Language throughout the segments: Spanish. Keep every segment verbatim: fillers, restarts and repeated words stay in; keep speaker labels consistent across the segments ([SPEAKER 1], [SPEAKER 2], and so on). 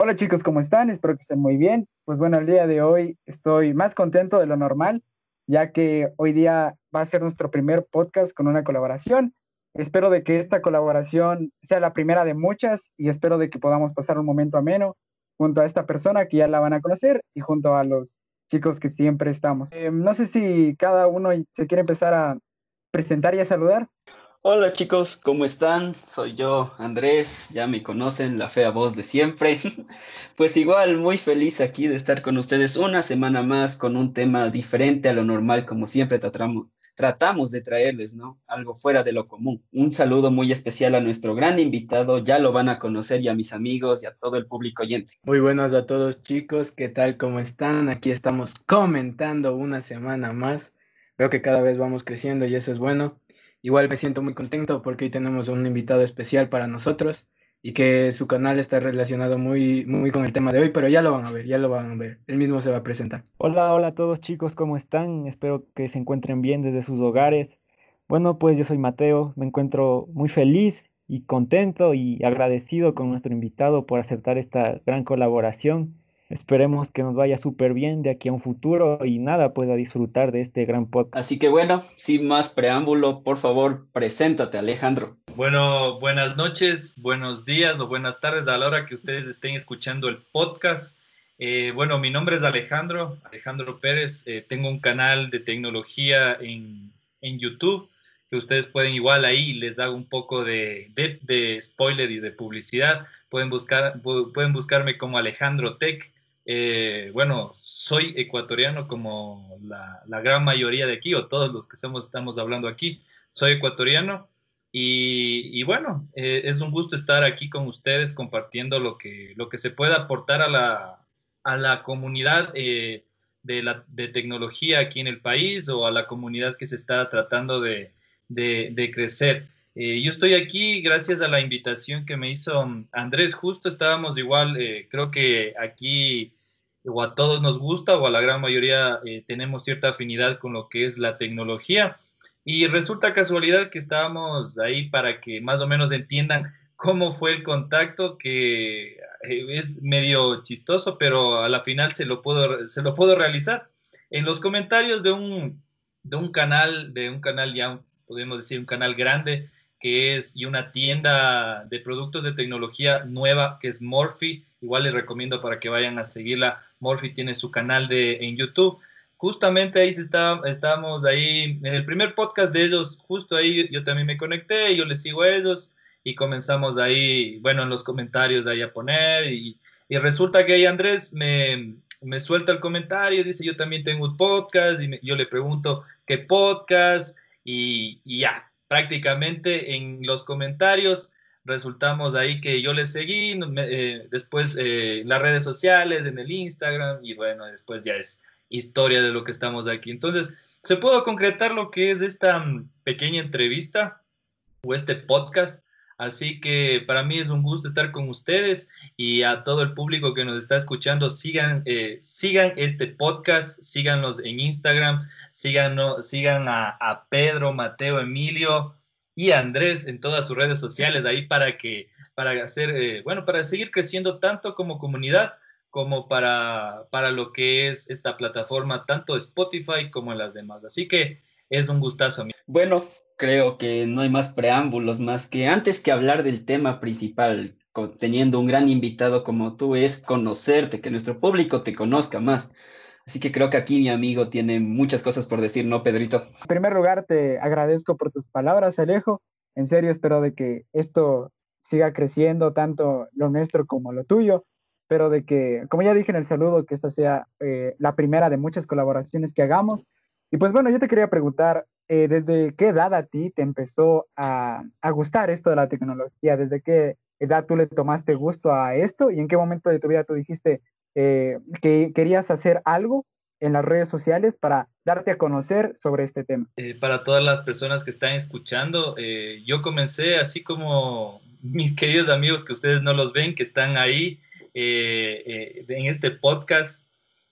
[SPEAKER 1] Hola chicos, ¿cómo están? Espero que estén muy bien. Pues bueno, el día de hoy estoy más contento de lo normal, ya que hoy día va a ser nuestro primer podcast con una colaboración. Espero de que esta colaboración sea la primera de muchas y espero de que podamos pasar un momento ameno junto a esta persona que ya la van a conocer y junto a los chicos que siempre estamos. Eh, no sé si cada uno se quiere empezar a presentar y a saludar.
[SPEAKER 2] Hola chicos, ¿cómo están? Soy yo, Andrés, ya me conocen, la fea voz de siempre. Pues igual, muy feliz aquí de estar con ustedes una semana más con un tema diferente a lo normal, como siempre tratamos, tratamos de traerles, ¿no? Algo fuera de lo común. Un saludo muy especial a nuestro gran invitado, ya lo van a conocer y a mis amigos y a todo el público oyente.
[SPEAKER 3] Muy buenas a todos chicos, ¿qué tal? ¿Cómo están? Aquí estamos comentando una semana más. Veo que cada vez vamos creciendo y eso es bueno. Igual me siento muy contento porque hoy tenemos un invitado especial para nosotros y que su canal está relacionado muy, muy con el tema de hoy, pero ya lo van a ver, ya lo van a ver. Él mismo se va a presentar.
[SPEAKER 4] Hola, hola a todos chicos, ¿cómo están? Espero que se encuentren bien desde sus hogares. Bueno, pues yo soy Mateo, me encuentro muy feliz y contento y agradecido con nuestro invitado por aceptar esta gran colaboración. Esperemos que nos vaya súper bien de aquí a un futuro y nada, pueda disfrutar de este gran podcast.
[SPEAKER 2] Así que bueno, sin más preámbulo, por favor, preséntate, Alejandro.
[SPEAKER 5] Bueno, buenas noches, buenos días o buenas tardes a la hora que ustedes estén escuchando el podcast. Eh, bueno, mi nombre es Alejandro, Alejandro Pérez. Eh, tengo un canal de tecnología en, en YouTube que ustedes pueden igual ahí, les hago un poco de, de, de spoiler y de publicidad. Pueden, buscar, pueden buscarme como Alejandro Tech. Eh, bueno, soy ecuatoriano como la, la gran mayoría de aquí, o todos los que estamos, estamos hablando aquí. Soy ecuatoriano. Y, y bueno, eh, es un gusto estar aquí con ustedes compartiendo lo que, lo que se pueda aportar a la, a la comunidad eh, de, la, de tecnología aquí en el país o a la comunidad que se está tratando de, de, de crecer. Eh, yo estoy aquí gracias a la invitación que me hizo um, Andrés. Justo estábamos igual, eh, creo que aquí o a todos nos gusta o a la gran mayoría eh, tenemos cierta afinidad con lo que es la tecnología. Y resulta casualidad que estábamos ahí para que más o menos entiendan cómo fue el contacto, que eh, es medio chistoso, pero a la final se lo puedo, se lo puedo realizar. En los comentarios de un, de un canal, de un canal ya, podemos decir, un canal grande, que es y una tienda de productos de tecnología nueva, que es Morphy. Igual les recomiendo para que vayan a seguirla. Morphy tiene su canal de, en YouTube. Justamente ahí se está, estábamos ahí en el primer podcast de ellos, justo ahí yo también me conecté, yo les sigo a ellos y comenzamos ahí, bueno, en los comentarios ahí a poner y, y resulta que ahí Andrés me, me suelta el comentario, dice yo también tengo un podcast y me, yo le pregunto qué podcast y, y ya, prácticamente en los comentarios resultamos ahí que yo le seguí, me, eh, después eh, en las redes sociales, en el Instagram y bueno, después ya es historia de lo que estamos aquí. Entonces, ¿se pudo concretar lo que es esta um, pequeña entrevista o este podcast? Así que para mí es un gusto estar con ustedes y a todo el público que nos está escuchando, sigan, eh, sigan este podcast, síganlos en Instagram, sigan, sigan a, a Pedro, Mateo, Emilio y a Andrés en todas sus redes sociales ahí para que, para hacer, eh, bueno, para seguir creciendo tanto como comunidad como para, para lo que es esta plataforma, tanto Spotify como en las demás. Así que es un gustazo, amigo.
[SPEAKER 2] Bueno, creo que no hay más preámbulos, más que antes que hablar del tema principal, co- teniendo un gran invitado como tú, es conocerte, que nuestro público te conozca más. Así que creo que aquí mi amigo tiene muchas cosas por decir, ¿no, Pedrito?
[SPEAKER 1] En primer lugar, te agradezco por tus palabras, Alejo. En serio, espero de que esto siga creciendo, tanto lo nuestro como lo tuyo. Espero de que, como ya dije en el saludo, que esta sea eh, la primera de muchas colaboraciones que hagamos. Y pues bueno, yo te quería preguntar, eh, ¿desde qué edad a ti te empezó a, a gustar esto de la tecnología? ¿Desde qué edad tú le tomaste gusto a esto? ¿Y en qué momento de tu vida tú dijiste eh, que querías hacer algo en las redes sociales para darte a conocer sobre este tema?
[SPEAKER 5] Eh, para todas las personas que están escuchando, eh, yo comencé así como mis queridos amigos que ustedes no los ven, que están ahí eh, eh, en este podcast.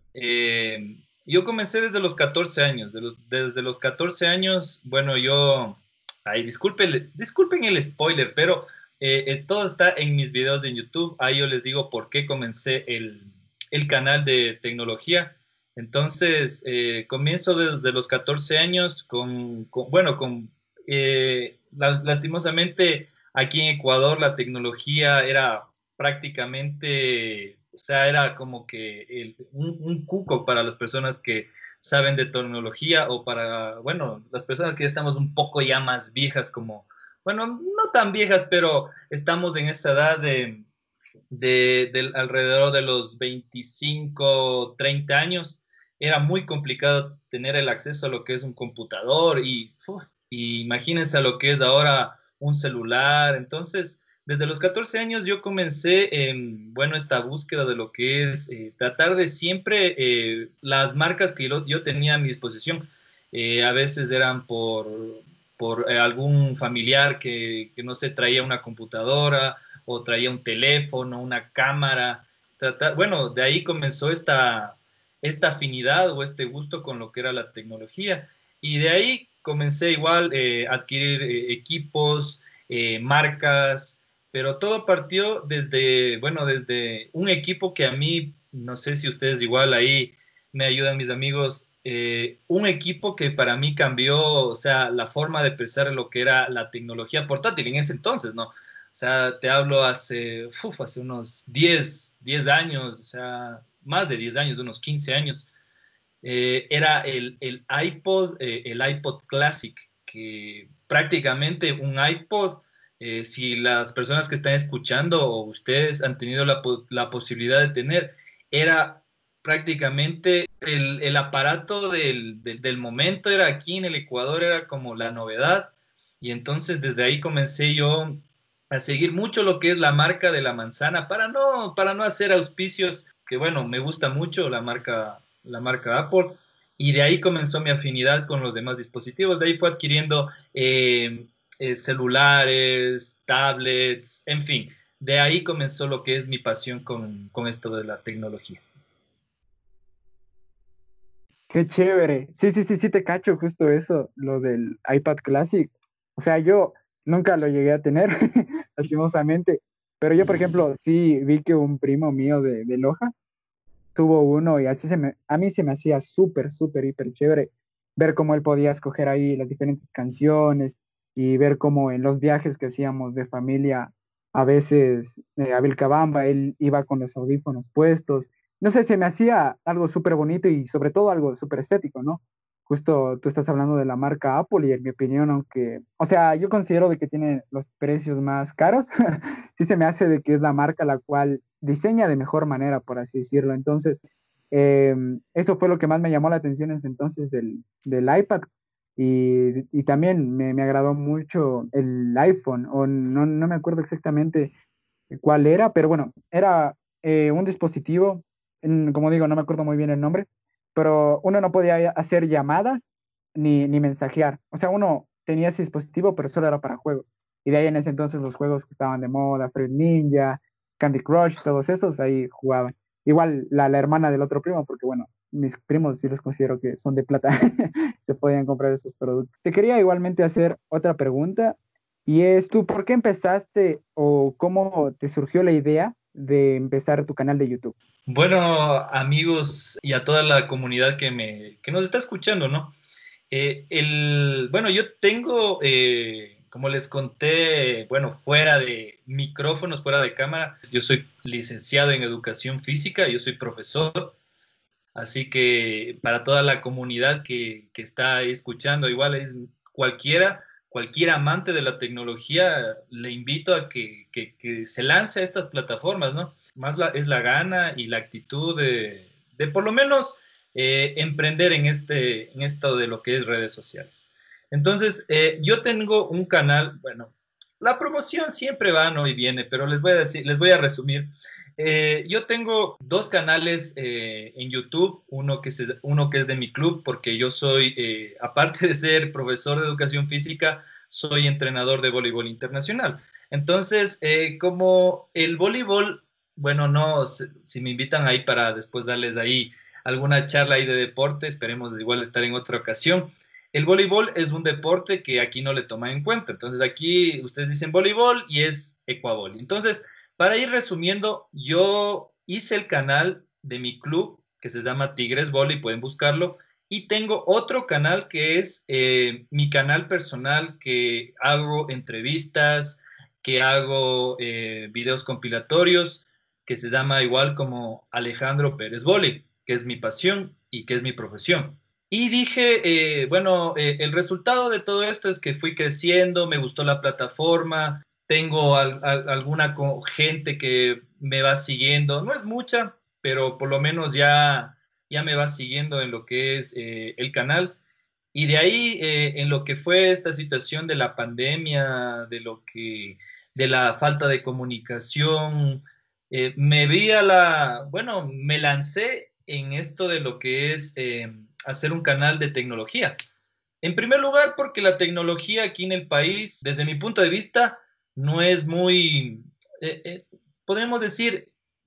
[SPEAKER 5] Eh, yo comencé desde los catorce años. De los, desde los catorce años, bueno, yo, ay, disculpen, disculpen el spoiler, pero eh, eh, todo está en mis videos en YouTube. Ahí yo les digo por qué comencé el, el canal de tecnología. Entonces, eh, comienzo desde los catorce años con, con bueno, con, eh, lastimosamente, aquí en Ecuador la tecnología era prácticamente, o sea, era como que el, un, un cuco para las personas que saben de tecnología o para, bueno, las personas que ya estamos un poco ya más viejas como, bueno, no tan viejas, pero estamos en esa edad de, de, de alrededor de los veinticinco, treinta años. Era muy complicado tener el acceso a lo que es un computador y, uf, y imagínense a lo que es ahora un celular. Entonces, desde los catorce años yo comencé, en, bueno, esta búsqueda de lo que es eh, tratar de siempre eh, las marcas que yo, yo, tenía a mi disposición. Eh, a veces eran por, por eh, algún familiar que, que, no sé, traía una computadora o traía un teléfono, una cámara. Tratar, bueno, de ahí comenzó esta, esta afinidad o este gusto con lo que era la tecnología. Y de ahí comencé igual eh, a adquirir eh, equipos, eh, marcas, pero todo partió desde, bueno, desde un equipo que a mí, no sé si ustedes igual ahí me ayudan mis amigos, eh, un equipo que para mí cambió, o sea, la forma de pensar lo que era la tecnología portátil en ese entonces, ¿no? O sea, te hablo hace, uf, hace unos diez, diez años, o sea, más de diez años, unos quince años. Eh, era el, el iPod, eh, el iPod Classic, que prácticamente un iPod, eh, si las personas que están escuchando o ustedes han tenido la, la posibilidad de tener, era prácticamente el, el aparato del, del, del momento, era aquí en el Ecuador, era como la novedad. Y entonces desde ahí comencé yo a seguir mucho lo que es la marca de la manzana, para no, para no hacer auspicios, que bueno, me gusta mucho la marca, la marca Apple, y de ahí comenzó mi afinidad con los demás dispositivos. De ahí fue adquiriendo eh, eh, celulares, tablets, en fin, de ahí comenzó lo que es mi pasión con, con esto de la tecnología.
[SPEAKER 1] Qué chévere. Sí, sí, sí, sí, te cacho justo eso, lo del iPad Classic. O sea, yo nunca lo llegué a tener, lastimosamente, pero yo, por ejemplo, sí vi que un primo mío de, de Loja tuvo uno y así se me, a mí se me hacía súper, súper, hiper chévere ver cómo él podía escoger ahí las diferentes canciones y ver cómo en los viajes que hacíamos de familia, a veces eh, a Vilcabamba, él iba con los audífonos puestos. No sé, se me hacía algo súper bonito y sobre todo algo súper estético, ¿no? Justo tú estás hablando de la marca Apple y en mi opinión, aunque, o sea, yo considero de que tiene los precios más caros, sí se me hace de que es la marca la cual diseña de mejor manera, por así decirlo. Entonces, eh, eso fue lo que más me llamó la atención en ese entonces del, del iPad. Y, y también me, me agradó mucho el iPhone, o no, no me acuerdo exactamente cuál era, pero bueno, era eh, un dispositivo, en- como digo, no me acuerdo muy bien el nombre, pero uno no podía hacer llamadas ni, ni mensajear. O sea, uno tenía ese dispositivo, pero solo era para juegos. Y de ahí en ese entonces los juegos que estaban de moda, Fruit Ninja, Candy Crush, todos esos, ahí jugaban. Igual la, la hermana del otro primo, porque bueno, mis primos sí los considero que son de plata, se podían comprar esos productos. Te quería igualmente hacer otra pregunta, y es tú, ¿por qué empezaste o cómo te surgió la idea de empezar tu canal de YouTube?
[SPEAKER 5] Bueno, amigos y a toda la comunidad que, me, que nos está escuchando, ¿no? Eh, el, bueno, yo tengo, eh, como les conté, bueno, fuera de micrófonos, fuera de cámara, yo soy licenciado en educación física, yo soy profesor, así que para toda la comunidad que, que está ahí escuchando, igual es cualquiera, cualquier amante de la tecnología, le invito a que, que, que se lance a estas plataformas, ¿no? Más la, es la gana y la actitud de, de por lo menos eh, emprender en, este, en esto de lo que es redes sociales. Entonces, eh, yo tengo un canal, bueno, la promoción siempre va, no y viene, pero les voy a decir, les voy a resumir. Eh, yo tengo dos canales eh, en YouTube, uno que, es, uno que es de mi club, porque yo soy, eh, aparte de ser profesor de educación física, soy entrenador de voleibol internacional. Entonces, eh, como el voleibol, bueno, no, si me invitan ahí para después darles ahí alguna charla ahí de deporte, esperemos igual estar en otra ocasión. el voleibol es un deporte que aquí no le toman en cuenta. Entonces aquí ustedes dicen voleibol y es ecuavol. Entonces, para ir resumiendo, yo hice el canal de mi club que se llama Tigres Volley, pueden buscarlo. Y tengo otro canal que es eh, mi canal personal, que hago entrevistas, que hago eh, videos compilatorios, que se llama igual como Alejandro Pérez Volley, que es mi pasión y que es mi profesión. Y dije, eh, bueno, eh, el resultado de todo esto es que fui creciendo, me gustó la plataforma, tengo al, al, alguna gente que me va siguiendo, no es mucha, pero por lo menos ya, ya me va siguiendo en lo que es eh, el canal. Y de ahí, eh, en lo que fue esta situación de la pandemia, de lo que, de la falta de comunicación, eh, me vi a la, bueno, me lancé en esto de lo que es eh, hacer un canal de tecnología. En primer lugar, porque la tecnología aquí en el país, desde mi punto de vista, no es muy, eh, eh, podemos decir,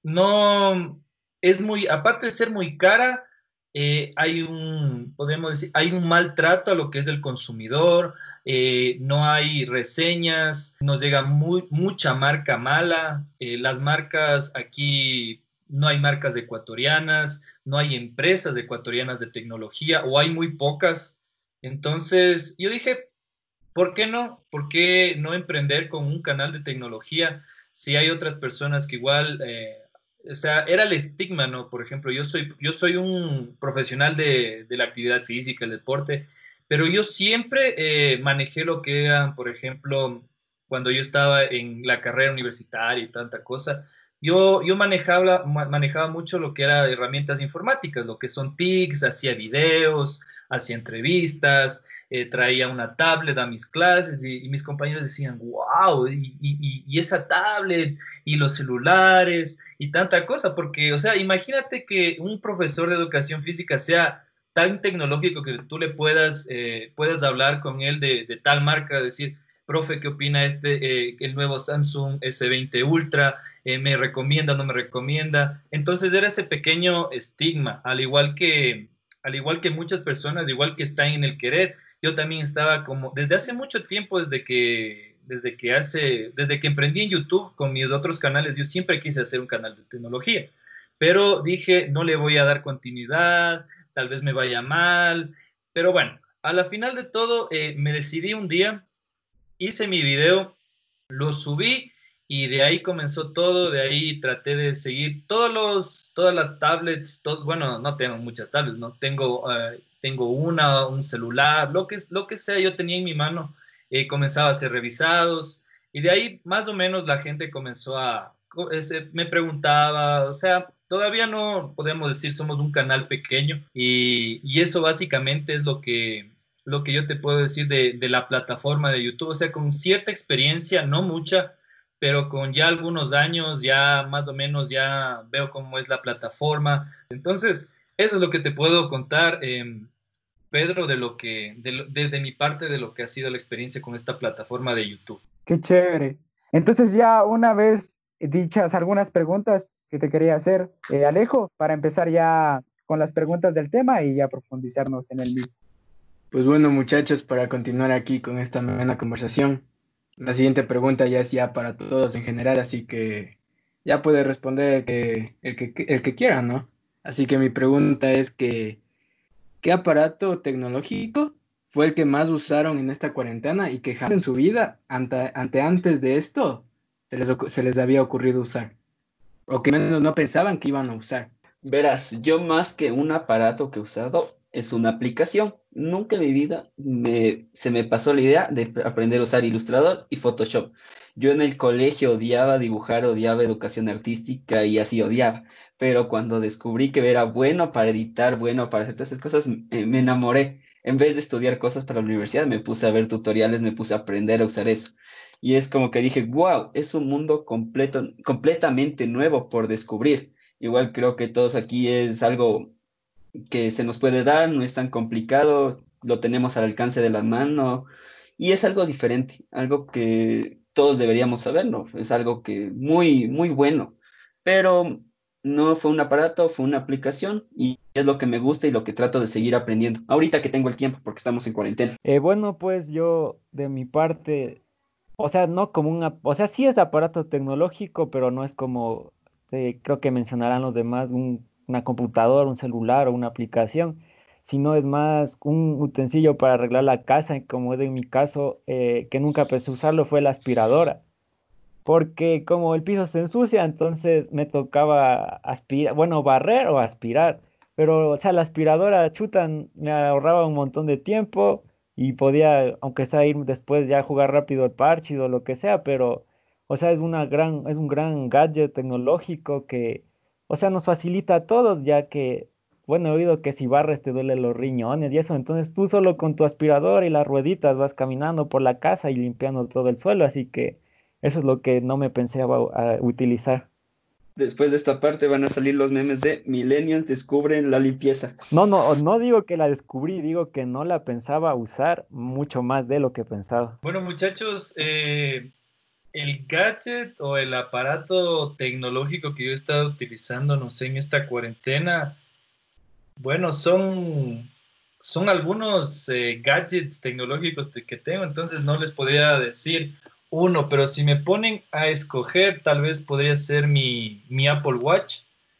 [SPEAKER 5] no es muy, aparte de ser muy cara, eh, hay un, podemos decir, hay un maltrato a lo que es el consumidor, eh, no hay reseñas, nos llega muy, mucha marca mala, eh, las marcas aquí, no hay marcas ecuatorianas, no hay empresas ecuatorianas de tecnología o hay muy pocas. Entonces yo dije, ¿por qué no? ¿Por qué no emprender con un canal de tecnología si hay otras personas que igual, eh, o sea, era el estigma, ¿no? Por ejemplo, yo soy, yo soy un profesional de, de la actividad física, el deporte, pero yo siempre eh, manejé lo que eran, por ejemplo, cuando yo estaba en la carrera universitaria y tanta cosa, yo, yo manejaba, manejaba mucho lo que era herramientas informáticas, lo que son T I Cs, hacía videos, hacía entrevistas, eh, traía una tablet a mis clases y, y mis compañeros decían, wow, y, y, y, esa tablet y los celulares y tanta cosa, porque, o sea, imagínate que un profesor de educación física sea tan tecnológico que tú le puedas, eh, puedas hablar con él de, de tal marca, decir, profe, ¿qué opina este, eh, el nuevo Samsung S veinte Ultra? Eh, ¿Me recomienda, no me recomienda? Entonces era ese pequeño estigma, al igual que, al igual que muchas personas, igual que están en el querer, yo también estaba como, desde hace mucho tiempo, desde que, desde que hace, desde que emprendí en YouTube con mis otros canales, yo siempre quise hacer un canal de tecnología, pero dije, no le voy a dar continuidad, tal vez me vaya mal, pero bueno, a la final de todo, eh, me decidí un día, hice mi video, lo subí y de ahí comenzó todo, de ahí traté de seguir todos los, todas las tablets, todo, bueno, no tengo muchas tablets, no tengo, uh, tengo una, un celular, lo que, lo que sea, yo tenía en mi mano, eh, comenzaba a ser revisados y de ahí más o menos la gente comenzó a, ese, me preguntaba, o sea, todavía no podemos decir somos un canal pequeño y, y eso básicamente es lo que lo que yo te puedo decir de, de la plataforma de YouTube, o sea, con cierta experiencia, no mucha, pero con ya algunos años, ya más o menos ya veo cómo es la plataforma. Entonces, eso es lo que te puedo contar, eh, Pedro, de lo que, de, lo- de, de mi parte, de lo que ha sido la experiencia con esta plataforma de YouTube.
[SPEAKER 1] Qué chévere. Entonces ya una vez dichas algunas preguntas que te quería hacer, eh, Alejo, para empezar ya con las preguntas del tema y ya profundizarnos en el mismo.
[SPEAKER 3] Pues bueno, muchachos, para continuar aquí con esta buena conversación, la siguiente pregunta ya es ya para todos en general, así que ya puede responder el que, el que, el que quiera, ¿no? Así que mi pregunta es que, ¿qué aparato tecnológico fue el que más usaron en esta cuarentena y que jamás en su vida, ante, ante antes de esto, se les, ocu- se les había ocurrido usar? O que menos no pensaban que iban a usar.
[SPEAKER 2] Verás, yo más que un aparato que he usado, es una aplicación. Nunca en mi vida me, se me pasó la idea de aprender a usar Illustrator y Photoshop. Yo en el colegio odiaba dibujar, odiaba educación artística y así odiaba. Pero cuando descubrí que era bueno para editar, bueno para hacer todas esas cosas, eh, me enamoré. En vez de estudiar cosas para la universidad, me puse a ver tutoriales, me puse a aprender a usar eso. Y es como que dije, wow, es un mundo completo, completamente nuevo por descubrir. Igual creo que todos aquí es algo que se nos puede dar, no es tan complicado, lo tenemos al alcance de la mano y es algo diferente, algo que todos deberíamos saberlo, es algo que muy, muy bueno. Pero No fue un aparato, fue una aplicación y es lo que me gusta y lo que trato de seguir aprendiendo. Ahorita que tengo el tiempo porque estamos en cuarentena.
[SPEAKER 4] Eh, bueno, pues yo de mi parte, o sea, no como un, ap- o sea, sí es aparato tecnológico, pero no es como, eh, creo que mencionarán los demás, un- una computadora, un celular o una aplicación, sino es más un utensilio para arreglar la casa, como es en mi caso, eh, que nunca pensé usarlo, fue la aspiradora. Porque como el piso se ensucia, entonces me tocaba aspirar, bueno, barrer o aspirar. Pero, o sea, la aspiradora chuta me ahorraba un montón de tiempo y podía, aunque sea ir después ya a jugar rápido el parche o lo que sea, pero, o sea, es una gran, es un gran gadget tecnológico que, o sea, nos facilita a todos, ya que, bueno, he oído que si barres te duelen los riñones y eso, entonces tú solo con tu aspiradora y las rueditas vas caminando por la casa y limpiando todo el suelo, así que eso es lo que no me pensaba a utilizar.
[SPEAKER 2] Después de esta parte van a salir los memes de Millennials descubren la limpieza.
[SPEAKER 4] No, no, no digo que la descubrí, digo que no la pensaba usar mucho más de lo que pensaba.
[SPEAKER 5] Bueno, muchachos, eh, el gadget o el aparato tecnológico que yo he estado utilizando, no sé, en esta cuarentena, bueno, son, son algunos eh, gadgets tecnológicos de- que tengo, entonces no les podría decir uno, pero si me ponen a escoger, tal vez podría ser mi, mi Apple Watch,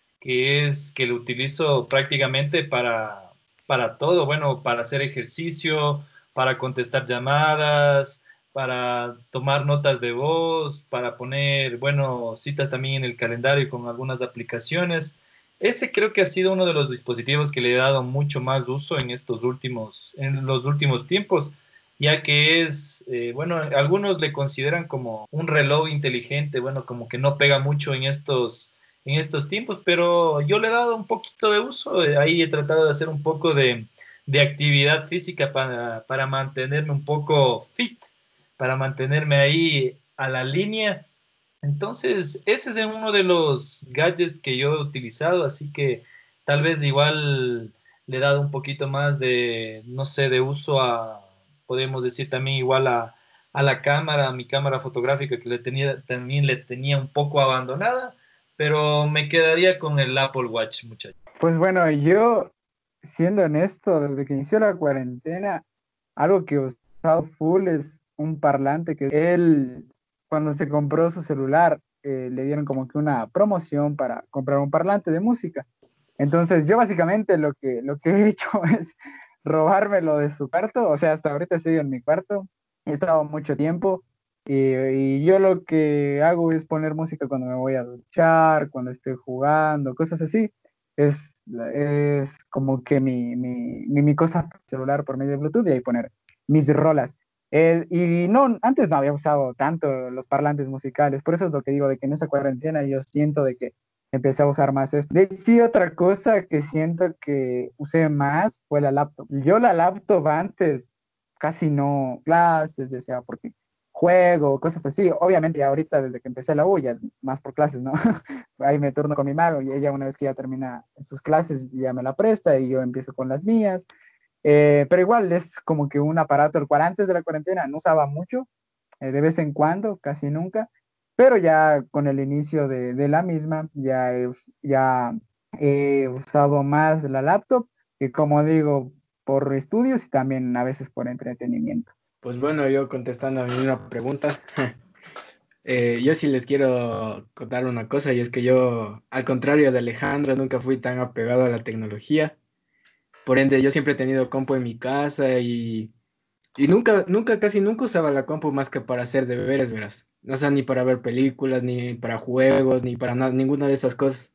[SPEAKER 5] que es que lo utilizo prácticamente para, para todo, bueno, para hacer ejercicio, para contestar llamadas, para tomar notas de voz, para poner, bueno, citas también en el calendario con algunas aplicaciones. Ese creo que ha sido uno de los dispositivos que le he dado mucho más uso en estos últimos, en los últimos tiempos, ya que es, eh, bueno, algunos le consideran como un reloj inteligente, bueno, como que no pega mucho en estos, en estos tiempos, pero yo le he dado un poquito de uso, eh, ahí he tratado de hacer un poco de, de actividad física para, para mantenerme un poco fit, para mantenerme ahí a la línea. Entonces, ese es uno de los gadgets que yo he utilizado, así que tal vez igual le he dado un poquito más de, no sé, de uso a, podemos decir también igual a, a la cámara, a mi cámara fotográfica que le tenía, también le tenía un poco abandonada, pero me quedaría con el Apple Watch, muchachos.
[SPEAKER 1] Pues bueno, yo, siendo honesto, desde que inició la cuarentena, algo que he usado full es un parlante que él, cuando se compró su celular, eh, le dieron como que una promoción para comprar un parlante de música. Entonces, yo básicamente lo que, lo que he hecho es robármelo de su cuarto, o sea, hasta ahorita estoy en mi cuarto, he estado mucho tiempo y, y yo lo que hago es poner música cuando me voy a duchar, cuando estoy jugando, cosas así. Es, es como que mi, mi, mi, mi cosa celular por medio de Bluetooth y ahí poner mis rolas. Eh, y no, antes no había usado tanto los parlantes musicales, por eso es lo que digo, de que en esa cuarentena yo siento de que empecé a usar más esto. De sí, otra cosa que siento que usé más fue la laptop. Yo la laptop antes casi no clases, ya sea porque juego, cosas así. Obviamente ya ahorita desde que empecé la U ya más por clases, ¿no? Ahí me turno con mi mago y ella una vez que ya termina sus clases ya me la presta y yo empiezo con las mías. Eh, pero igual es como que un aparato el cual antes de la cuarentena no usaba mucho, eh, de vez en cuando, casi nunca, pero ya con el inicio de, de la misma ya he, us- ya he usado más la laptop, que como digo, por estudios y también a veces por entretenimiento.
[SPEAKER 3] Pues bueno, yo contestando a mi misma pregunta, eh, yo sí les quiero contar una cosa y es que yo, al contrario de Alejandro, nunca fui tan apegado a la tecnología. Por ende, yo siempre he tenido compu en mi casa y, y nunca, nunca, casi nunca usaba la compu más que para hacer deberes, verás. O sea, ni para ver películas, ni para juegos, ni para nada, ninguna de esas cosas.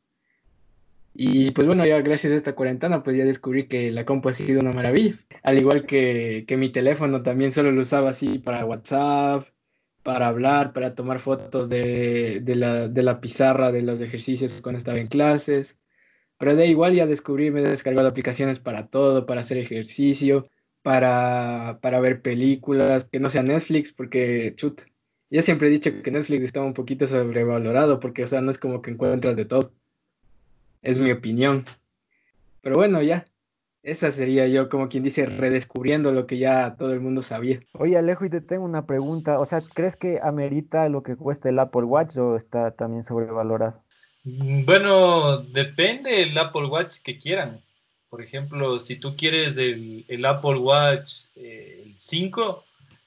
[SPEAKER 3] Y pues bueno, ya gracias a esta cuarentena, pues ya descubrí que la compu ha sido una maravilla. Al igual que, que mi teléfono también solo lo usaba así para WhatsApp, para hablar, para tomar fotos de, de la, de la pizarra de los ejercicios cuando estaba en clases. Pero de igual ya descubrí, me he descargado aplicaciones para todo, para hacer ejercicio, para, para ver películas, que no sea Netflix, porque, chut, yo siempre he dicho que Netflix está un poquito sobrevalorado, porque, o sea, no es como que encuentras de todo. Es mi opinión. Pero bueno, ya, esa sería yo, como quien dice, redescubriendo lo que ya todo el mundo sabía.
[SPEAKER 4] Oye, Alejo, y te tengo una pregunta. O sea, ¿crees que amerita lo que cuesta el Apple Watch o está también sobrevalorado?
[SPEAKER 5] Mm, Bueno, depende el Apple Watch que quieran. Por ejemplo, si tú quieres el, el Apple Watch eh, el cinco,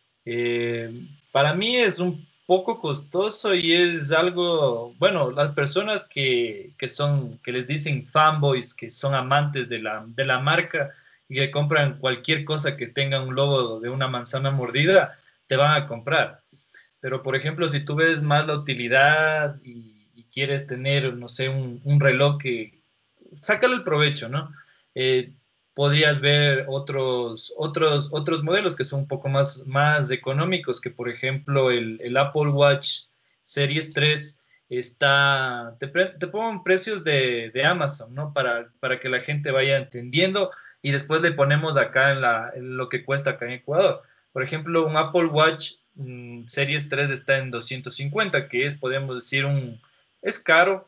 [SPEAKER 5] eh, para mí es un poco costoso y es algo, bueno, las personas que, que son, que les dicen fanboys, que son amantes de la, de la marca y que compran cualquier cosa que tenga un logo de una manzana mordida, te van a comprar. Pero, por ejemplo, si tú ves más la utilidad y, y quieres tener, no sé, un, un reloj que, sácale el provecho, ¿no? Eh, Podrías ver otros, otros, otros modelos que son un poco más, más económicos, que por ejemplo el, el Apple Watch Series tres está, te, pre- te pongo precios de, de Amazon, ¿no? Para, para que la gente vaya entendiendo y después le ponemos acá en, la, en lo que cuesta acá en Ecuador. Por ejemplo, un Apple Watch mm, Series tres está en doscientos cincuenta, que es, podemos decir, un, es caro,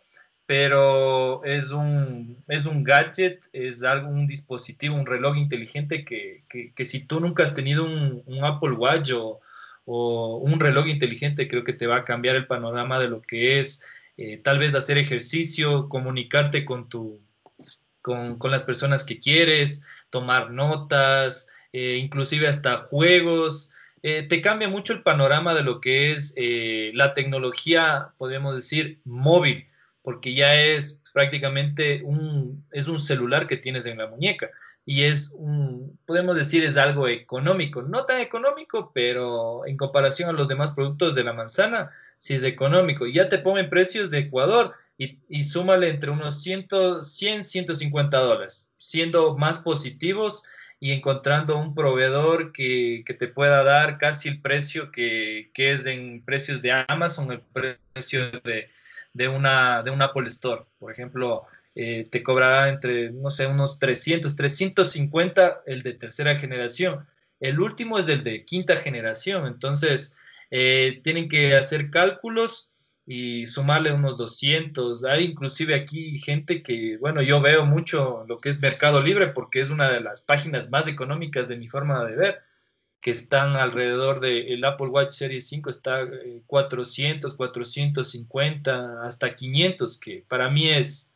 [SPEAKER 5] pero es un, es un gadget, es algo, un dispositivo, un reloj inteligente que, que, que si tú nunca has tenido un, un Apple Watch o, o, un reloj inteligente, creo que te va a cambiar el panorama de lo que es eh, tal vez hacer ejercicio, comunicarte con, tu, con, con las personas que quieres, tomar notas, eh, inclusive hasta juegos. Eh, te cambia mucho el panorama de lo que es eh, la tecnología, podemos decir, móvil, porque ya es prácticamente un, es un celular que tienes en la muñeca y es un, podemos decir, es algo económico, no tan económico, pero en comparación a los demás productos de la manzana, sí es económico. Y ya te ponen precios de Ecuador y, y súmale entre unos cien, cien, ciento cincuenta dólares, siendo más positivos y encontrando un proveedor que, que te pueda dar casi el precio que, que, es en precios de Amazon, el precio de, de, una, de un Apple Store. Por ejemplo, eh, te cobrará entre, no sé, unos trescientos, trescientos cincuenta el de tercera generación. El último es el de quinta generación, entonces eh, tienen que hacer cálculos y sumarle unos doscientos. Hay inclusive aquí gente que, bueno, yo veo mucho lo que es Mercado Libre porque es una de las páginas más económicas de mi forma de ver, que están alrededor del Apple Watch Series cinco, está eh, cuatrocientos, cuatrocientos cincuenta, hasta quinientos, que para mí es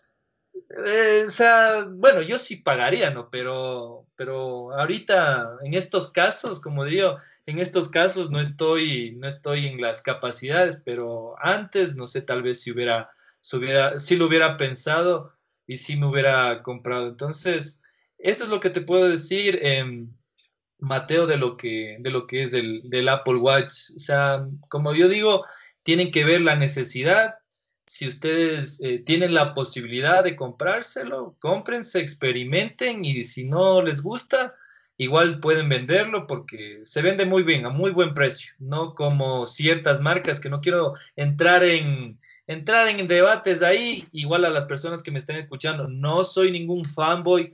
[SPEAKER 5] eh, o sea, bueno, yo sí pagaría, ¿no? Pero, pero ahorita, en estos casos, como digo, en estos casos no estoy, no estoy en las capacidades, pero antes, no sé, tal vez si hubiera, si hubiera, si lo hubiera pensado y si me hubiera comprado. Entonces, eso es lo que te puedo decir, em, Mateo, de lo que, de lo que es del, del Apple Watch. O sea, como yo digo, tienen que ver la necesidad. Si ustedes eh, tienen la posibilidad de comprárselo, cómprense, experimenten y si no les gusta, igual pueden venderlo porque se vende muy bien, a muy buen precio, no como ciertas marcas que no quiero entrar en, entrar en debates ahí, igual a las personas que me están escuchando. No soy ningún fanboy,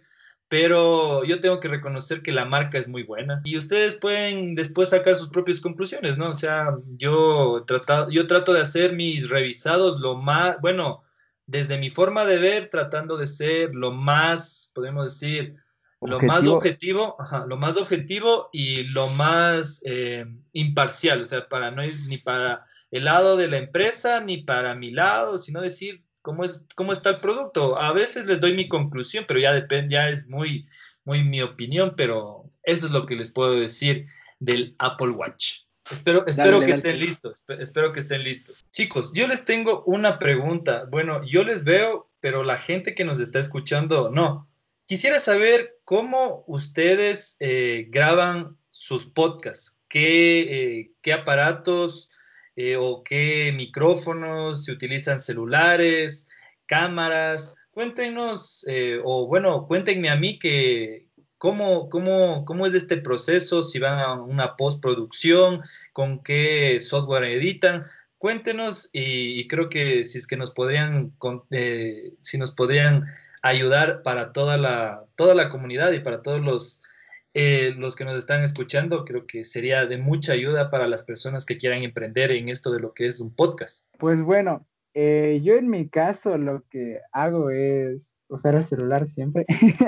[SPEAKER 5] pero yo tengo que reconocer que la marca es muy buena y ustedes pueden después sacar sus propias conclusiones, ¿no? O sea, yo, tratado, yo trato de hacer mis revisados lo más, bueno, desde mi forma de ver, tratando de ser lo más, podemos decir, lo más
[SPEAKER 4] Objetivo.
[SPEAKER 5] objetivo, ajá, lo más objetivo y lo más eh, imparcial, o sea, para no ir ni para el lado de la empresa ni para mi lado, sino decir cómo es, cómo está el producto. A veces les doy mi conclusión, pero ya depende, ya es muy, muy mi opinión, pero eso es lo que les puedo decir del Apple Watch. Espero, espero
[SPEAKER 3] Dale,
[SPEAKER 5] que
[SPEAKER 3] dale.
[SPEAKER 5] estén listos, espero que estén listos. Chicos, yo les tengo una pregunta. Bueno, yo les veo, pero la gente que nos está escuchando, no. Quisiera saber cómo ustedes eh, graban sus podcasts, qué, eh, qué aparatos eh, o qué micrófonos, si utilizan celulares, cámaras. Cuéntenos, eh, o bueno, cuéntenme a mí que cómo, cómo, cómo es este proceso, si van a una postproducción, con qué software editan. Cuéntenos y, y creo que si es que nos podrían, con- eh, si nos podrían ayudar para toda la, toda la comunidad y para todos los, eh, los que nos están escuchando, creo que sería de mucha ayuda para las personas que quieran emprender en esto de lo que es un podcast.
[SPEAKER 1] Pues bueno, eh, yo en mi caso lo que hago es usar el celular siempre.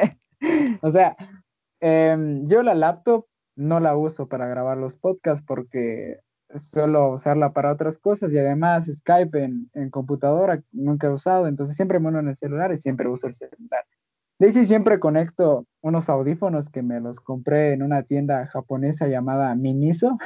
[SPEAKER 1] O sea, em, yo la laptop no la uso para grabar los podcasts porque suelo usarla para otras cosas y además Skype en, en computadora nunca he usado, entonces siempre me uno en el celular y siempre uso el celular. De ahí sí siempre conecto unos audífonos que me los compré en una tienda japonesa llamada Miniso.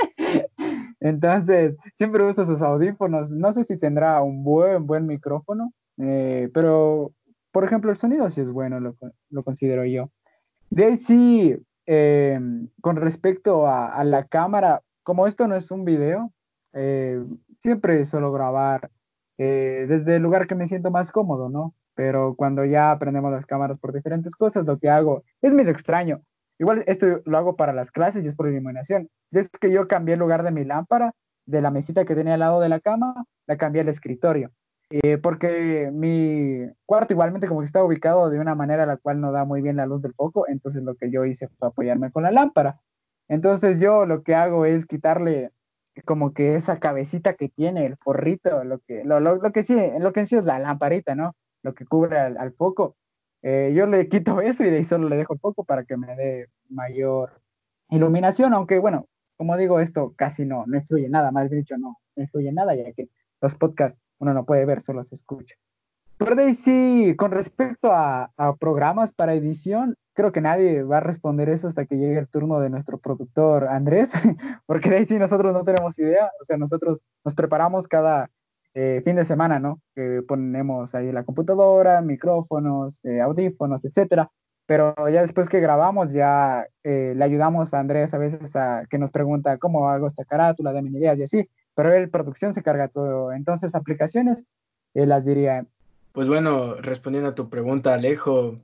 [SPEAKER 1] Entonces, siempre uso esos audífonos. No sé si tendrá un buen, buen micrófono, eh, pero, por ejemplo, el sonido sí es bueno, lo, lo considero yo. De ahí sí, eh, con respecto a, a la cámara, como esto no es un video, eh, siempre suelo grabar eh, desde el lugar que me siento más cómodo, ¿no? Pero cuando ya aprendemos las cámaras por diferentes cosas, lo que hago es medio extraño. Igual esto lo hago para las clases y es por iluminación. Es que yo cambié el lugar de mi lámpara, de la mesita que tenía al lado de la cama, la cambié al escritorio. Eh, porque mi cuarto igualmente como que está ubicado de una manera a la cual no da muy bien la luz del foco, entonces lo que yo hice fue apoyarme con la lámpara. Entonces yo lo que hago es quitarle como que esa cabecita que tiene, el forrito, lo que, lo, lo, lo que sí, lo que en sí es la lamparita, ¿no? Lo que cubre al, al foco. Eh, yo le quito eso y de ahí solo le dejo el foco para que me dé mayor iluminación, aunque bueno, como digo, esto casi no, no influye nada, más bien dicho, no, no influye nada, ya que los podcasts uno no puede ver, solo se escucha. Pero de ahí sí, con respecto a, a programas para edición, creo que nadie va a responder eso hasta que llegue el turno de nuestro productor Andrés, porque de ahí sí nosotros no tenemos idea, o sea, nosotros nos preparamos cada eh, fin de semana, ¿no? Que ponemos ahí la computadora, micrófonos, eh, audífonos, etcétera, pero ya después que grabamos ya eh, le ayudamos a Andrés a veces a que nos pregunta cómo hago esta carátula, dame ideas y así, pero él producción se carga todo, entonces aplicaciones, él las diría.
[SPEAKER 3] Pues bueno, respondiendo a tu pregunta, Alejo,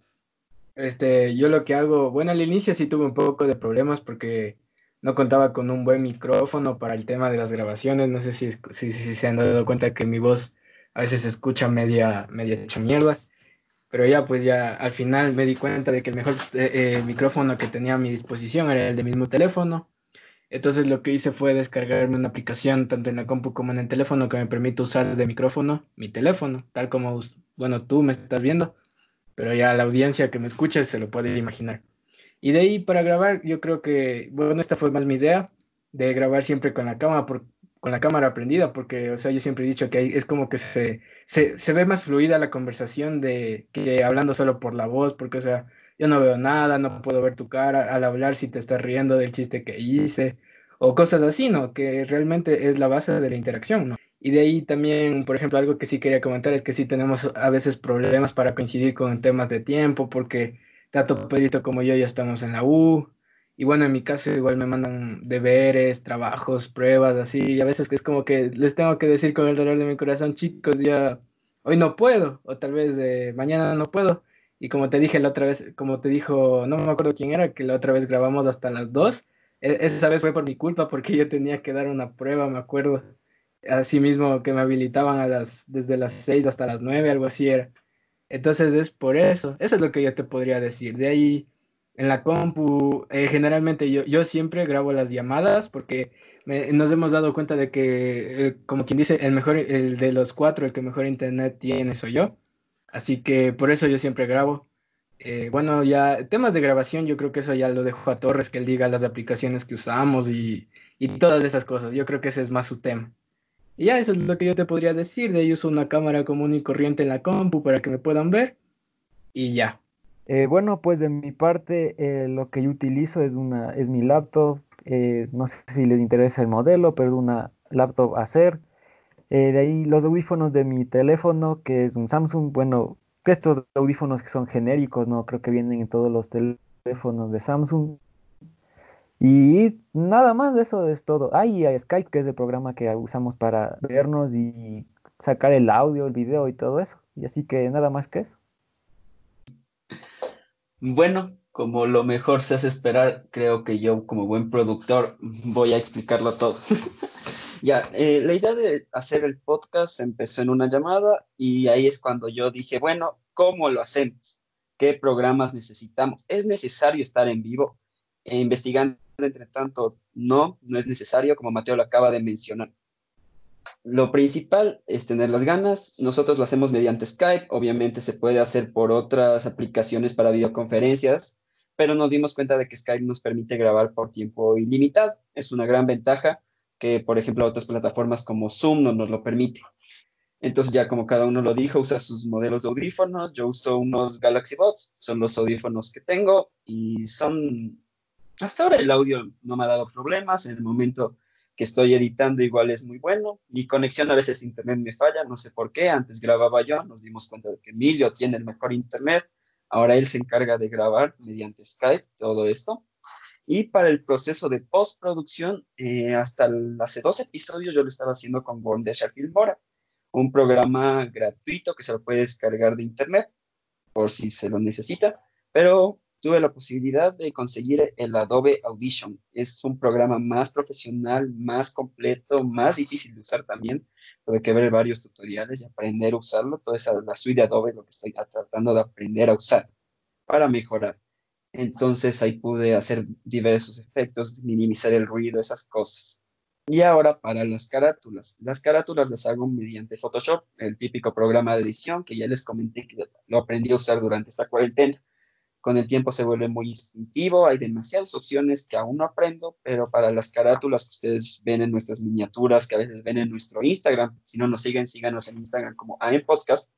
[SPEAKER 3] este, yo lo que hago, bueno, al inicio sí tuve un poco de problemas porque no contaba con un buen micrófono para el tema de las grabaciones. No sé si, si, si se han dado cuenta que mi voz a veces se escucha media, media hecha mierda, pero ya pues ya al final me di cuenta de que el mejor eh, eh, micrófono que tenía a mi disposición era el del mismo teléfono. Entonces lo que hice fue descargarme una aplicación tanto en la compu como en el teléfono que me permite usar de micrófono mi teléfono, tal como, us- bueno, tú me estás viendo, pero ya la audiencia que me escucha se lo puede imaginar. Y de ahí para grabar, yo creo que, bueno, esta fue más mi idea, de grabar siempre con la cámara, por, con la cámara prendida, porque, o sea, yo siempre he dicho que ahí es como que se, se, se ve más fluida la conversación de que hablando solo por la voz, porque, o sea, yo no veo nada, no puedo ver tu cara al hablar si te estás riendo del chiste que hice, o cosas así, ¿no? Que realmente es la base de la interacción, ¿no? Y de ahí también, por ejemplo, algo que sí quería comentar es que sí tenemos a veces problemas para coincidir con temas de tiempo, porque tanto Pedrito como yo ya estamos en la U. Y bueno, en mi caso igual me mandan deberes, trabajos, pruebas, así. Y a veces que es como que les tengo que decir con el dolor de mi corazón, chicos, ya hoy no puedo, o tal vez eh, mañana no puedo. Y como te dije la otra vez, como te dijo, no me acuerdo quién era, que la otra vez grabamos hasta las dos. E- esa vez fue por mi culpa porque yo tenía que dar una prueba, me acuerdo. Así mismo que me habilitaban a las, desde las seis hasta las nueve, algo así era. Entonces es por eso, eso es lo que yo te podría decir. De ahí en la compu, eh, generalmente yo, yo siempre grabo las llamadas porque me- nos hemos dado cuenta de que, eh, como quien dice, el mejor, el de los cuatro, el que mejor internet tiene soy yo. Así que por eso yo siempre grabo. Eh, bueno, ya temas de grabación, yo creo que eso ya lo dejo a Torres, que él diga las aplicaciones que usamos y, y todas esas cosas. Yo creo que ese es más su tema. Y ya eso es lo que yo te podría decir. De ahí uso una cámara común y corriente en la compu para que me puedan ver y ya.
[SPEAKER 4] Eh, bueno, pues de mi parte, eh, lo que yo utilizo es una, es mi laptop. Eh, no sé si les interesa el modelo, pero es una laptop Acer. Eh, de ahí los audífonos de mi teléfono, que es un Samsung. Bueno, que estos audífonos que son genéricos, ¿no? Creo que vienen en todos los teléfonos de Samsung. Y nada más de eso es todo. Ah, y a Skype, que es el programa que usamos para vernos y sacar el audio, el video y todo eso. Y así que nada más que eso.
[SPEAKER 2] Bueno, como lo mejor se hace esperar, creo que yo como buen productor voy a explicarlo todo. Ya, eh, la idea de hacer el podcast empezó en una llamada y ahí es cuando yo dije, bueno, ¿cómo lo hacemos? ¿Qué programas necesitamos? ¿Es necesario estar en vivo? E investigando, entre tanto, no, no es necesario, como Mateo lo acaba de mencionar. Lo principal es tener las ganas. Nosotros lo hacemos mediante Skype. Obviamente se puede hacer por otras aplicaciones para videoconferencias, pero nos dimos cuenta de que Skype nos permite grabar por tiempo ilimitado. Es una gran ventaja que por ejemplo otras plataformas como Zoom no nos lo permiten. Entonces ya como cada uno lo dijo, usa sus modelos de audífonos. Yo uso unos Galaxy Buds, son los audífonos que tengo y son, hasta ahora el audio no me ha dado problemas. En el momento que estoy editando igual es muy bueno. Mi conexión a veces internet me falla, no sé por qué. Antes grababa yo, nos dimos cuenta de que Emilio tiene el mejor internet. Ahora él se encarga de grabar mediante Skype todo esto. Y para el proceso de postproducción, eh, hasta el, hace dos episodios yo lo estaba haciendo con Wondesha Filmora, un programa gratuito que se lo puede descargar de internet por si se lo necesita, pero tuve la posibilidad de conseguir el Adobe Audition. Es un programa más profesional, más completo, más difícil de usar también. Tuve que ver varios tutoriales y aprender a usarlo. Toda esa la suite de Adobe, lo que estoy tratando de aprender a usar para mejorar. Entonces ahí pude hacer diversos efectos, minimizar el ruido, esas cosas. Y ahora para las carátulas. Las carátulas las hago mediante Photoshop, el típico programa de edición que ya les comenté que lo aprendí a usar durante esta cuarentena. Con el tiempo se vuelve muy instintivo, hay demasiadas opciones que aún no aprendo, pero para las carátulas que ustedes ven en nuestras miniaturas, que a veces ven en nuestro Instagram, si no nos siguen, síganos en Instagram como A M Podcast,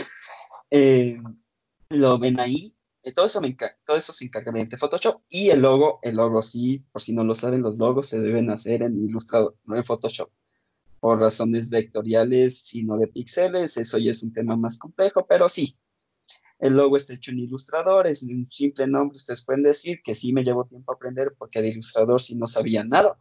[SPEAKER 2] eh, lo ven ahí. Todo eso, me todo eso se encarga mediante Photoshop. Y el logo, el logo sí, por si no lo saben, los logos se deben hacer en Illustrator, no en Photoshop. Por razones vectoriales, sino de píxeles, eso ya es un tema más complejo, pero sí. El logo está hecho en Illustrator, es un simple nombre, ustedes pueden decir que sí me llevó tiempo a aprender porque de Illustrator sí no sabía nada.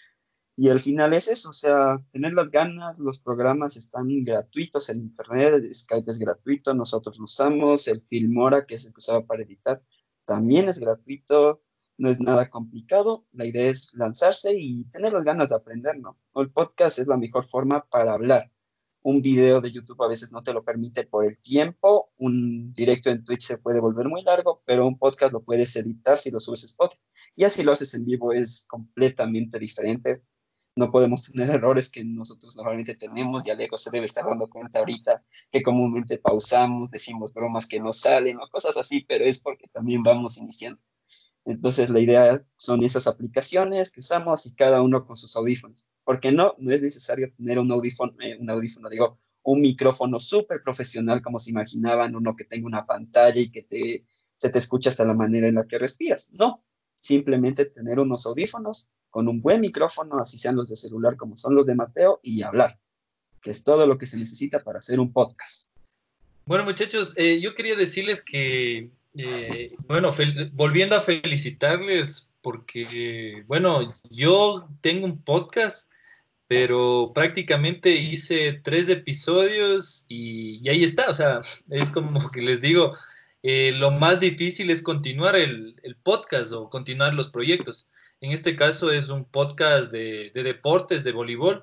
[SPEAKER 2] Y al final es eso, o sea, tener las ganas, los programas están gratuitos en internet, Skype es gratuito, nosotros lo usamos, el Filmora, que es el que usaba para editar, también es gratuito, no es nada complicado, la idea es lanzarse y tener las ganas de aprender, ¿no? El podcast es la mejor forma para hablar. Un video de YouTube a veces no te lo permite por el tiempo, un directo en Twitch se puede volver muy largo, pero un podcast lo puedes editar si lo subes a Spotify. Y así lo haces en vivo es completamente diferente. No podemos tener errores que nosotros normalmente tenemos, y Alejo se debe estar dando cuenta ahorita que comúnmente pausamos, decimos bromas que no salen o cosas así, pero es porque también vamos iniciando. Entonces la idea son esas aplicaciones que usamos y cada uno con sus audífonos, porque no, no es necesario tener un audífono, eh, un audífono, digo, un micrófono súper profesional como se imaginaban, uno que tenga una pantalla y que te, se te escucha hasta la manera en la que respiras. No, simplemente tener unos audífonos con un buen micrófono, así sean los de celular como son los de Mateo, y hablar, que es todo lo que se necesita para hacer un podcast.
[SPEAKER 5] Bueno, muchachos, eh, yo quería decirles que, eh, bueno, volviendo a felicitarles, porque, bueno, yo tengo un podcast, pero prácticamente hice tres episodios y, y ahí está, o sea, es como que les digo, eh, lo más difícil es continuar el, el podcast o continuar los proyectos. En este caso es un podcast de, de deportes, de voleibol,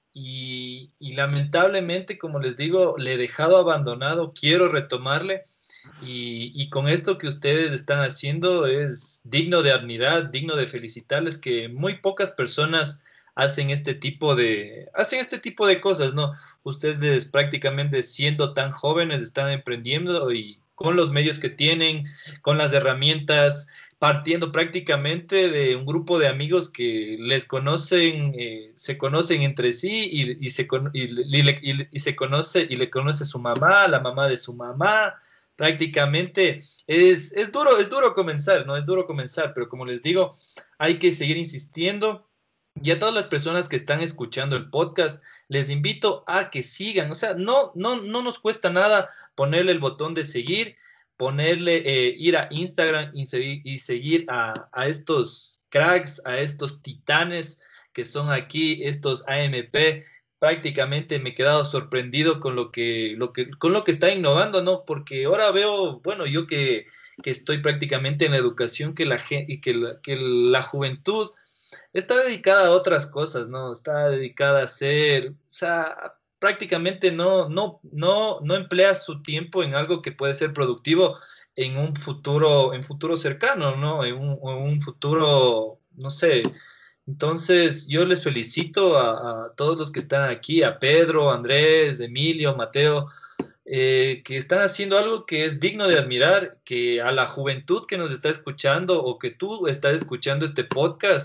[SPEAKER 5] y, y lamentablemente, como les digo, le he dejado abandonado, quiero retomarle, y, y con esto que ustedes están haciendo es digno de admirar, digno de felicitarles, que muy pocas personas hacen este tipo de, hacen este tipo de cosas, ¿no? Ustedes prácticamente siendo tan jóvenes están emprendiendo y con los medios que tienen, con las herramientas, partiendo prácticamente de un grupo de amigos que les conocen, eh, se conocen entre sí y, y, se, y, y, y se conoce y le conoce su mamá, la mamá de su mamá. Prácticamente es, es duro, es duro comenzar, ¿no? Es duro comenzar, pero como les digo, hay que seguir insistiendo. Y a todas las personas que están escuchando el podcast, les invito a que sigan. O sea, no, no, no nos cuesta nada ponerle el botón de seguir, ponerle, eh, ir a Instagram y, seguir, y seguir a, a estos cracks, a estos titanes que son aquí, estos A M P. Prácticamente me he quedado sorprendido con lo que, lo que, con lo que está innovando, ¿no? Porque ahora veo, bueno, yo que, que estoy prácticamente en la educación, que la, que la, que la juventud está dedicada a otras cosas, ¿no? Está dedicada a ser, o sea, prácticamente no, no, no, no emplea su tiempo en algo que puede ser productivo en un futuro, en futuro cercano, ¿no? En un, en un futuro, no sé. Entonces, yo les felicito a, a todos los que están aquí, a Pedro, Andrés, Emilio, Mateo, eh, que están haciendo algo que es digno de admirar, que a la juventud que nos está escuchando o que tú estás escuchando este podcast,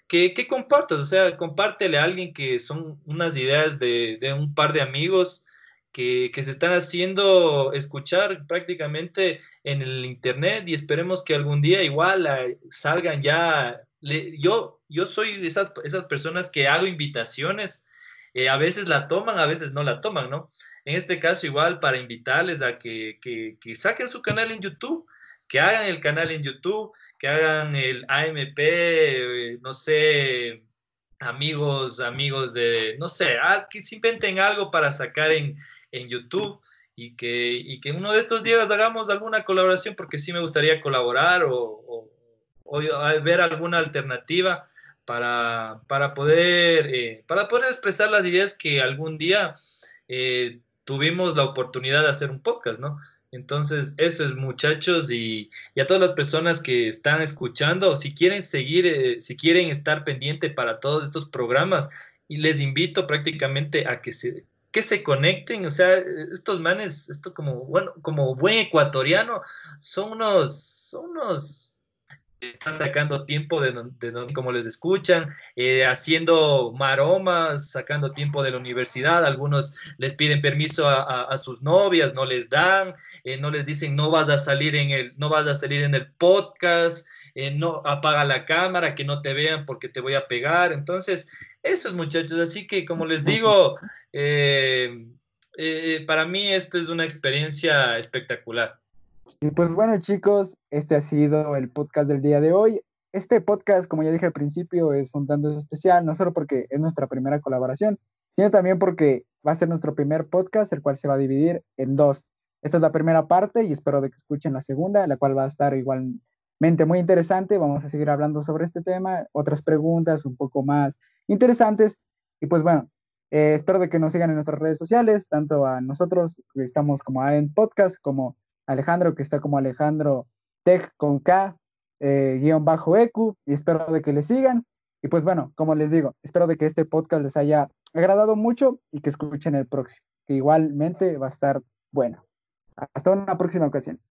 [SPEAKER 5] que, que compartas, o sea, compártele a alguien que son unas ideas de, de un par de amigos que, que se están haciendo escuchar prácticamente en el internet y esperemos que algún día igual eh, salgan ya. Le- yo, yo soy de esas, esas personas que hago invitaciones, eh, a veces la toman, a veces no la toman, ¿no? En este caso igual para invitarles a que, que, que saquen su canal en YouTube, que hagan el canal en YouTube, que hagan el A M P, eh, no sé, amigos, amigos de, no sé, ah, que se inventen algo para sacar en, en YouTube y que, y que uno de estos días hagamos alguna colaboración, porque sí me gustaría colaborar o, o- o ver alguna alternativa para, para poder, eh, para poder expresar las ideas que algún día eh, tuvimos la oportunidad de hacer un podcast, ¿no? Entonces, eso es, muchachos, y, y a todas las personas que están escuchando, si quieren seguir, eh, si quieren estar pendiente para todos estos programas, y les invito prácticamente a que se, que se conecten, o sea, estos manes, esto como, bueno, como buen ecuatoriano, son unos, son unos están sacando tiempo de, don- de don- como les escuchan, eh, haciendo maromas, sacando tiempo de la universidad. Algunos les piden permiso a, a- a sus novias, no les dan, eh, no les dicen no vas a salir en el, no vas a salir en el podcast, eh, no apaga la cámara, que no te vean porque te voy a pegar. Entonces, esos muchachos, así que como les digo, eh, eh, para mí esto es una experiencia espectacular.
[SPEAKER 1] Y pues bueno, chicos, este ha sido el podcast del día de hoy. Este podcast, como ya dije al principio, es un tanto especial, no solo porque es nuestra primera colaboración, sino también porque va a ser nuestro primer podcast, el cual se va a dividir en dos. Esta es la primera parte y espero de que escuchen la segunda, la cual va a estar igualmente muy interesante. Vamos a seguir hablando sobre este tema, otras preguntas un poco más interesantes. Y pues bueno, eh, espero de que nos sigan en nuestras redes sociales, tanto a nosotros, que estamos como a en podcast, como Alejandro, que está como Alejandro Tech con K, eh, guión bajo E Q, y espero de que le sigan. Y pues bueno, como les digo, espero de que este podcast les haya agradado mucho y que escuchen el próximo, que igualmente va a estar bueno. Hasta una próxima ocasión.